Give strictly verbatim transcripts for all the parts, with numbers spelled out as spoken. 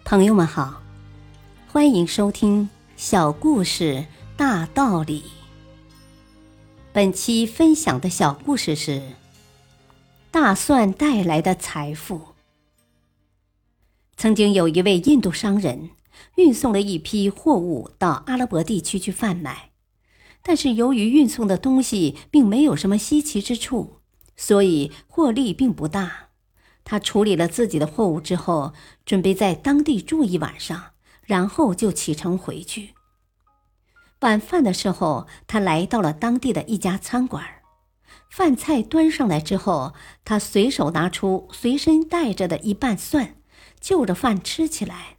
朋友们好，欢迎收听小故事大道理。本期分享的小故事是大蒜带来的财富。曾经有一位印度商人运送了一批货物到阿拉伯地区去贩卖，但是由于运送的东西并没有什么稀奇之处，所以获利并不大。他处理了自己的货物之后，准备在当地住一晚上，然后就启程回去。晚饭的时候，他来到了当地的一家餐馆。饭菜端上来之后，他随手拿出随身带着的一瓣蒜，就着饭吃起来。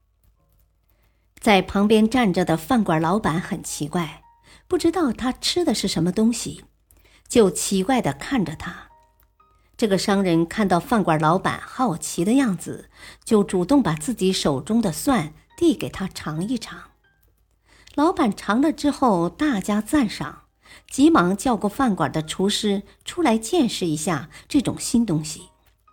在旁边站着的饭馆老板很奇怪，不知道他吃的是什么东西，就奇怪地看着他。这个商人看到饭馆老板好奇的样子，就主动把自己手中的蒜递给他尝一尝。老板尝了之后大加赞赏，急忙叫过饭馆的厨师出来见识一下这种新东西。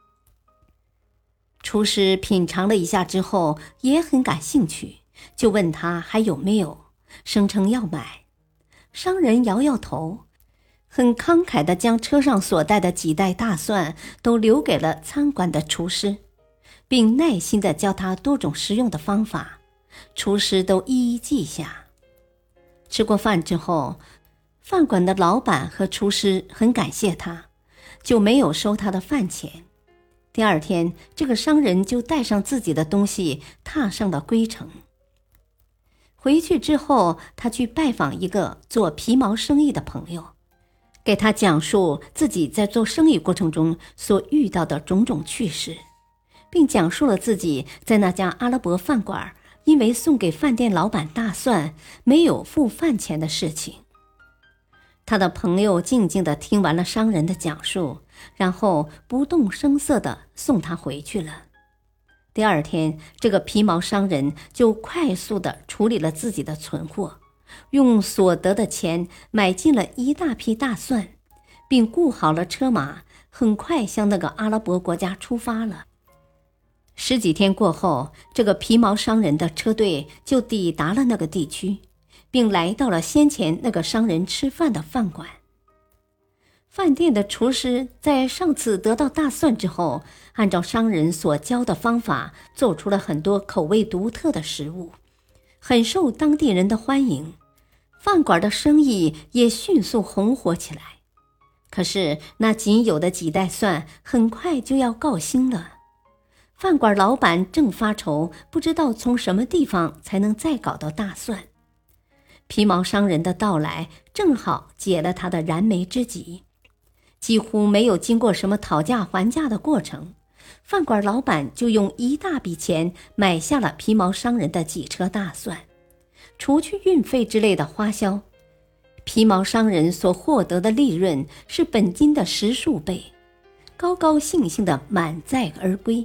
厨师品尝了一下之后也很感兴趣，就问他还有没有，声称要买。商人摇摇头，很慷慨地将车上所带的几袋大蒜都留给了餐馆的厨师，并耐心地教他多种食用的方法，厨师都一一记下。吃过饭之后，饭馆的老板和厨师很感谢他，就没有收他的饭钱。第二天，这个商人就带上自己的东西踏上了归程。回去之后，他去拜访一个做皮毛生意的朋友，给他讲述自己在做生意过程中所遇到的种种趣事，并讲述了自己在那家阿拉伯饭馆因为送给饭店老板大蒜没有付饭钱的事情。他的朋友静静地听完了商人的讲述，然后不动声色地送他回去了。第二天，这个皮毛商人就快速地处理了自己的存货，用所得的钱买进了一大批大蒜，并雇好了车马，很快向那个阿拉伯国家出发了。十几天过后，这个皮毛商人的车队就抵达了那个地区，并来到了先前那个商人吃饭的饭馆。饭店的厨师在上次得到大蒜之后，按照商人所教的方法做出了很多口味独特的食物，很受当地人的欢迎，饭馆的生意也迅速红火起来。可是那仅有的几袋蒜很快就要告罄了。饭馆老板正发愁，不知道从什么地方才能再搞到大蒜。皮毛商人的到来正好解了他的燃眉之急，几乎没有经过什么讨价还价的过程，饭馆老板就用一大笔钱买下了皮毛商人的几车大蒜。除去运费之类的花销，皮毛商人所获得的利润是本金的十数倍，高高兴兴地满载而归。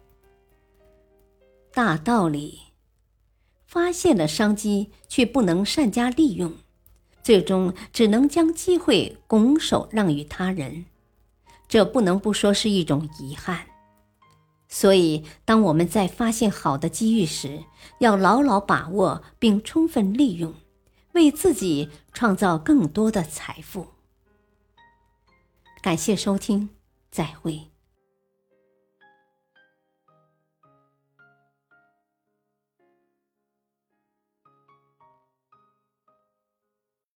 大道理，发现了商机却不能善加利用，最终只能将机会拱手让于他人，这不能不说是一种遗憾。所以当我们在发现好的机遇时，要牢牢把握并充分利用，为自己创造更多的财富。感谢收听，再会。